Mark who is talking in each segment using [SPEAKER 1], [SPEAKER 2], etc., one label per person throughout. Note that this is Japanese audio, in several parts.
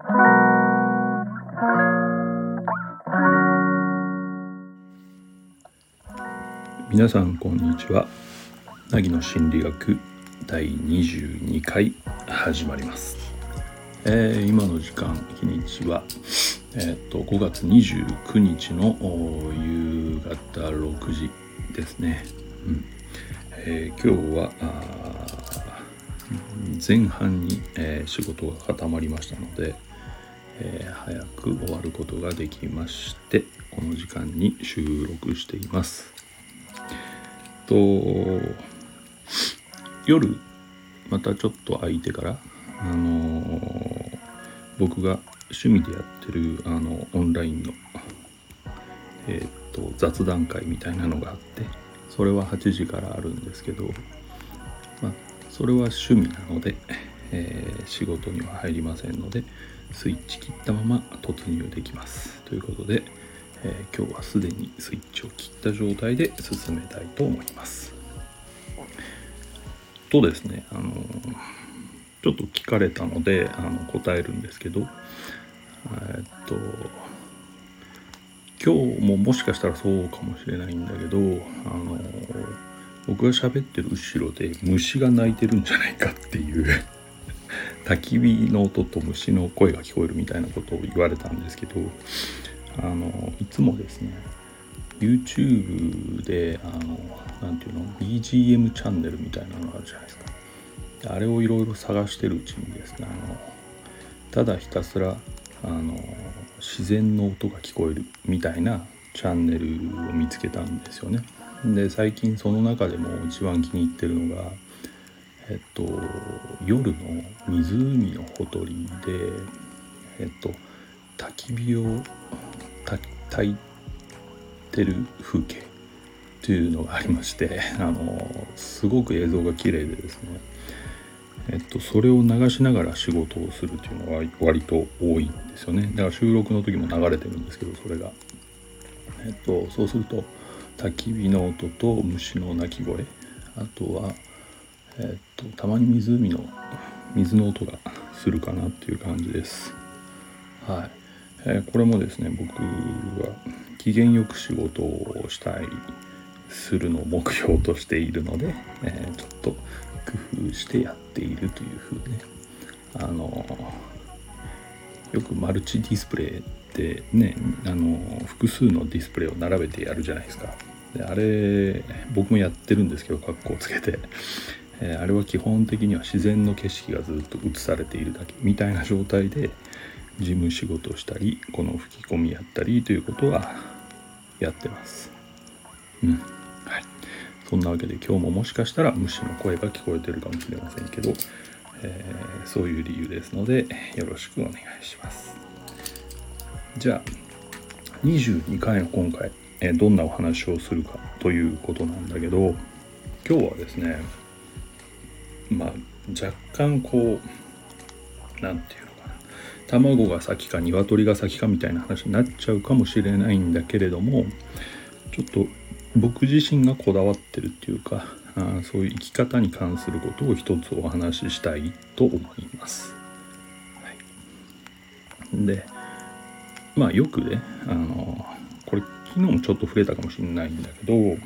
[SPEAKER 1] 皆さんこんにちは。凪の心理学第22回始まります。今の時間日にちは、5月29日の夕方6時ですね。今日は前半に、仕事が固まりましたので、早く終わることができまして、この時間に収録しています。夜またちょっと空いてから、僕が趣味でやってるオンラインの、雑談会みたいなのがあって、それは8時からあるんですけど、それは趣味なので、仕事には入りませんので、スイッチ切ったまま突入できますということで、今日はすでにスイッチを切った状態で進めたいと思います。とですね、ちょっと聞かれたので答えるんですけど、今日ももしかしたらそうかもしれないんだけど、僕が喋ってる後ろで虫が鳴いてるんじゃないかっていう焚き火の音と虫の声が聞こえるみたいなことを言われたんですけど、いつもですね YouTube でなんていうの BGM チャンネルみたいなのがあるじゃないですか。あれをいろいろ探してるうちにですね、ただひたすら自然の音が聞こえるみたいなチャンネルを見つけたんですよね。で最近その中でも一番気に入ってるのが夜の湖のほとりで焚き火を焚いてる風景というのがありまして、すごく映像が綺麗でですね、それを流しながら仕事をするというのが割と多いんですよね。だから収録の時も流れてるんですけど、それがそうすると焚き火の音と虫の鳴き声、あとはたまに水の音がするかなっていう感じです。はい。これもですね、僕は機嫌よく仕事をしたりするのを目標としているので、ちょっと工夫してやっているというふうね。よくマルチディスプレイってね、複数のディスプレイを並べてやるじゃないですか。であれ僕もやってるんですけど、カッコをつけて、あれは基本的には自然の景色がずっと映されているだけみたいな状態で事務仕事をしたり、この吹き込みやったりということはやってます。はい。そんなわけで今日ももしかしたら虫の声が聞こえてるかもしれませんけど、そういう理由ですのでよろしくお願いします。じゃあ22回の今回、どんなお話をするかということなんだけど、今日はですね、若干こうなんていうのかな、卵が先か鶏が先かみたいな話になっちゃうかもしれないんだけれども、ちょっと僕自身がこだわってるっていうか、そういう生き方に関することを一つお話ししたいと思います。はい、でよくね、これ昨日もちょっと触れたかもしれないんだけど、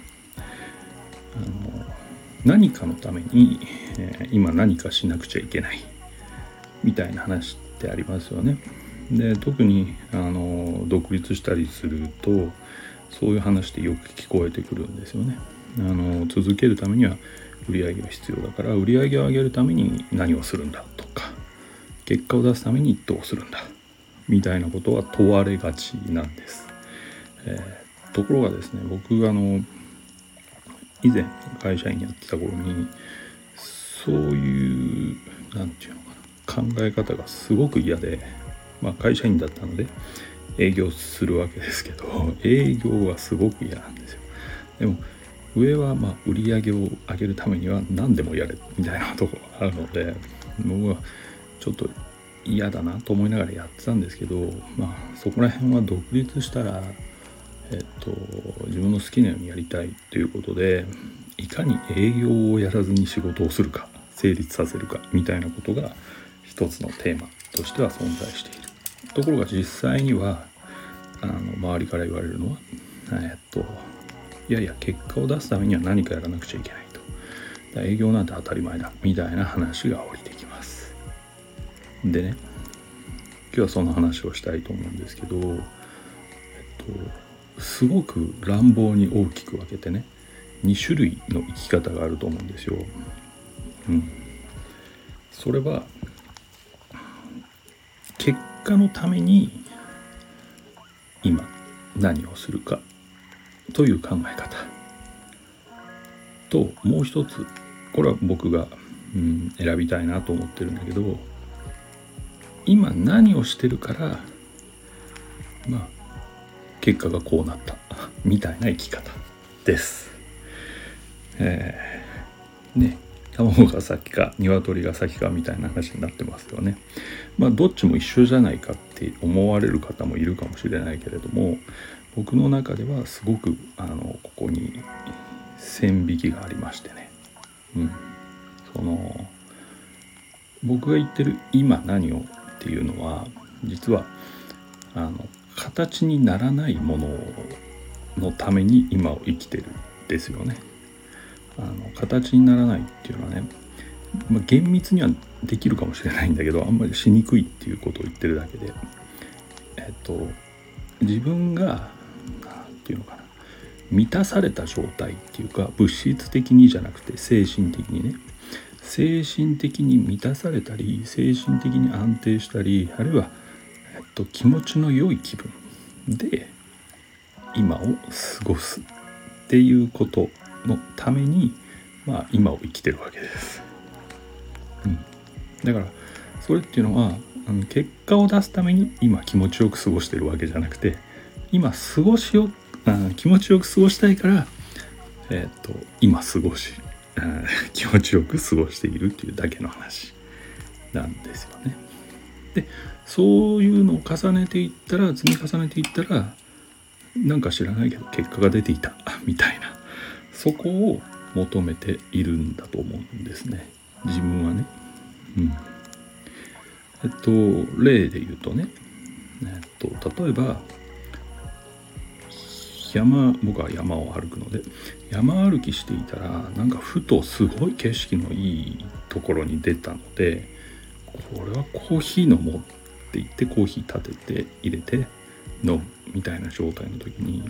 [SPEAKER 1] 何かのために、今何かしなくちゃいけないみたいな話ってありますよね。で特に独立したりするとそういう話ってよく聞こえてくるんですよね。続けるためには売り上げが必要だから、売り上げを上げるために何をするんだとか、結果を出すためにどうするんだみたいなことは問われがちなんです。ところがですね、僕以前会社員やってた頃にそういうなんていうのかな、考え方がすごく嫌で、会社員だったので営業するわけですけど、営業はすごく嫌なんですよ。でも上は売り上げを上げるためには何でもやれみたいなところがあるので、僕はちょっと嫌だなと思いながらやってたんですけど、そこら辺は独立したら自分の好きなようにやりたいということで、いかに営業をやらずに仕事をするか、成立させるかみたいなことが一つのテーマとしては存在している。 ところが実際には周りから言われるのは、いやいや結果を出すためには何かやらなくちゃいけないと、営業なんて当たり前だみたいな話が降りてきます。でね、今日はその話をしたいと思うんですけど、すごく乱暴に大きく分けてね、2種類の生き方があると思うんですよ。それは結果のために今何をするかという考え方と、もう一つ、これは僕が、選びたいなと思ってるんだけど、今何をしてるから結果がこうなったみたいな生き方です。卵が先か鶏が先かみたいな話になってますよね。どっちも一緒じゃないかって思われる方もいるかもしれないけれども、僕の中ではすごくここに線引きがありましてね、僕が言ってる今何をっていうのは、実は形にならないもののために今を生きてるんですよね。形にならないっていうのはね、厳密にはできるかもしれないんだけど、あんまりしにくいっていうことを言ってるだけで、自分がなんていうのかな、満たされた状態っていうか、物質的にじゃなくて精神的にね、精神的に満たされたり、精神的に安定したり、あるいは、気持ちの良い気分で今を過ごすっていうことのために、今を生きてるわけです。だからそれっていうのは結果を出すために今気持ちよく過ごしてるわけじゃなくて、今気持ちよく過ごしたいから、今気持ちよく過ごしているっていうだけの話なんですよね。で、そういうのを積み重ねていったら、なんか知らないけど結果が出ていたみたいな、そこを求めているんだと思うんですね、自分はね。例で言うとね、例えば僕は山を歩くので、山歩きしていたらなんかふとすごい景色のいいところに出たので、これはコーヒー飲もうって言ってコーヒー立てて入れて飲むみたいな状態の時に、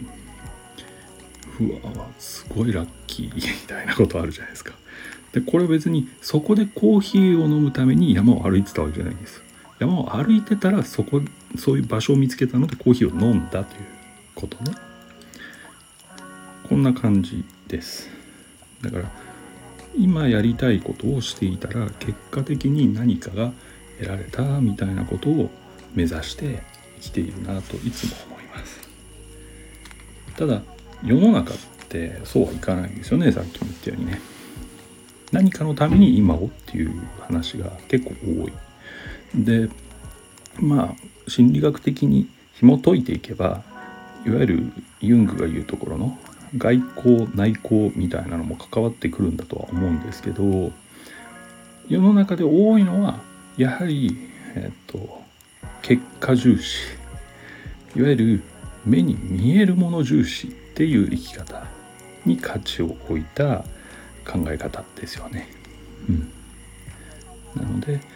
[SPEAKER 1] すごいラッキーみたいなことあるじゃないですか。で、これ別にそこでコーヒーを飲むために山を歩いてたわけじゃないんです。山を歩いてたらそういう場所を見つけたのでコーヒーを飲んだということね。こんな感じです。だから今やりたいことをしていたら結果的に何かが得られたみたいなことを目指して生きているなといつも思います。ただ世の中ってそうはいかないんですよね。さっきも言ったようにね、何かのために今をっていう話が結構多い。で、心理学的に紐解いていけば、いわゆるユングが言うところの外交内交みたいなのも関わってくるんだとは思うんですけど、世の中で多いのはやはり、結果重視、いわゆる目に見えるもの重視っていう生き方に価値を置いた考え方ですよね。なので、いわ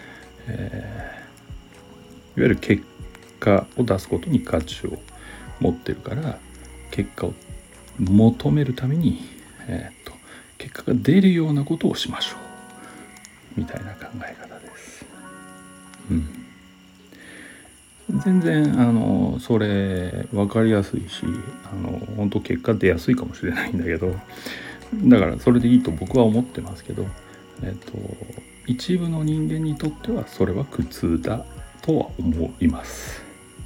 [SPEAKER 1] ゆる結果を出すことに価値を持ってるから、結果を求めるために、結果が出るようなことをしましょうみたいな考え方です。全然それ分かりやすいし、本当結果出やすいかもしれないんだけど、だからそれでいいと僕は思ってますけど、一部の人間にとってはそれは苦痛だとは思います。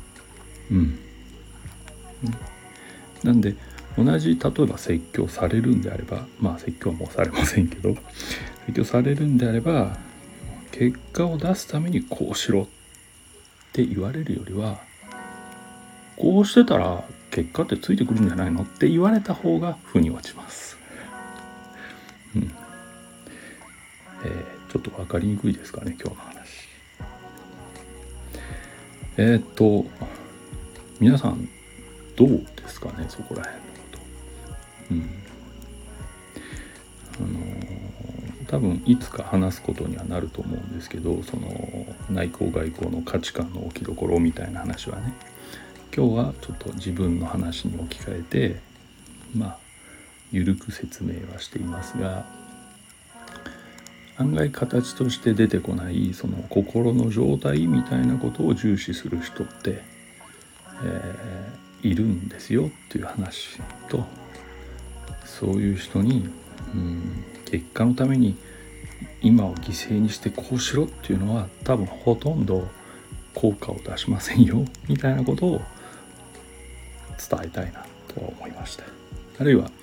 [SPEAKER 1] なんで同じ、例えば説教されるんであれば、説教はもうされませんけど、説教されるんであれば、結果を出すためにこうしろって言われるよりは、こうしてたら結果ってついてくるんじゃないのって言われた方が腑に落ちます。ちょっと分かりにくいですかね、今日の話。 皆さんどうですかね、そこら辺のこと。多分いつか話すことにはなると思うんですけど、その内向外向の価値観の置きどころみたいな話はね、今日はちょっと自分の話に置き換えて緩く説明はしていますが、案外形として出てこないその心の状態みたいなことを重視する人って、いるんですよっていう話と、そういう人に結果のために今を犠牲にしてこうしろっていうのは多分ほとんど効果を出しませんよみたいなことを伝えたいなとは思いました。あるいは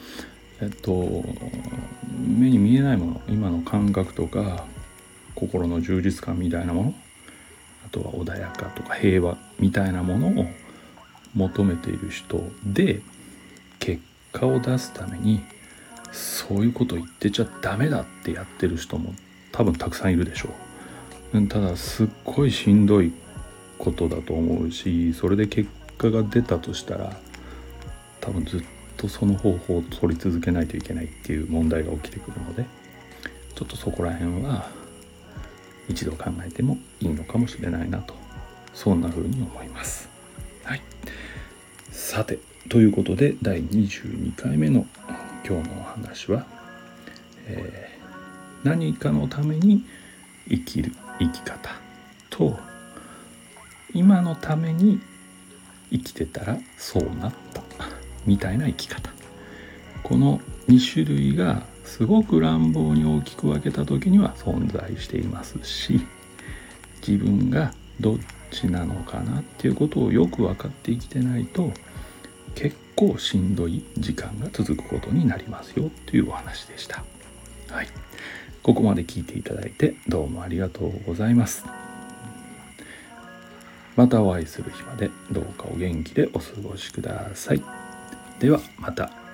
[SPEAKER 1] 目に見えないもの、今の感覚とか心の充実感みたいなもの、あとは穏やかとか平和みたいなものを求めている人で、結果を出すためにそういうこと言ってちゃダメだってやってる人も多分たくさんいるでしょう。ただすっごいしんどいことだと思うし、それで結果が出たとしたら多分ずっとその方法を取り続けないといけないっていう問題が起きてくるので、ちょっとそこら辺は一度考えてもいいのかもしれないなと、そんな風に思います。はい。さて、ということで第22回目の今日のお話は、何かのために生きる生き方と、今のために生きてたらそうなったみたいな生き方、この2種類がすごく乱暴に大きく分けた時には存在していますし、自分がどっちなのかなっていうことをよく分かって生きてないと結構しんどい時間が続くことになりますよというお話でした。はい、ここまで聞いていただいてどうもありがとうございます。またお会いする日までどうかお元気でお過ごしください。ではまた。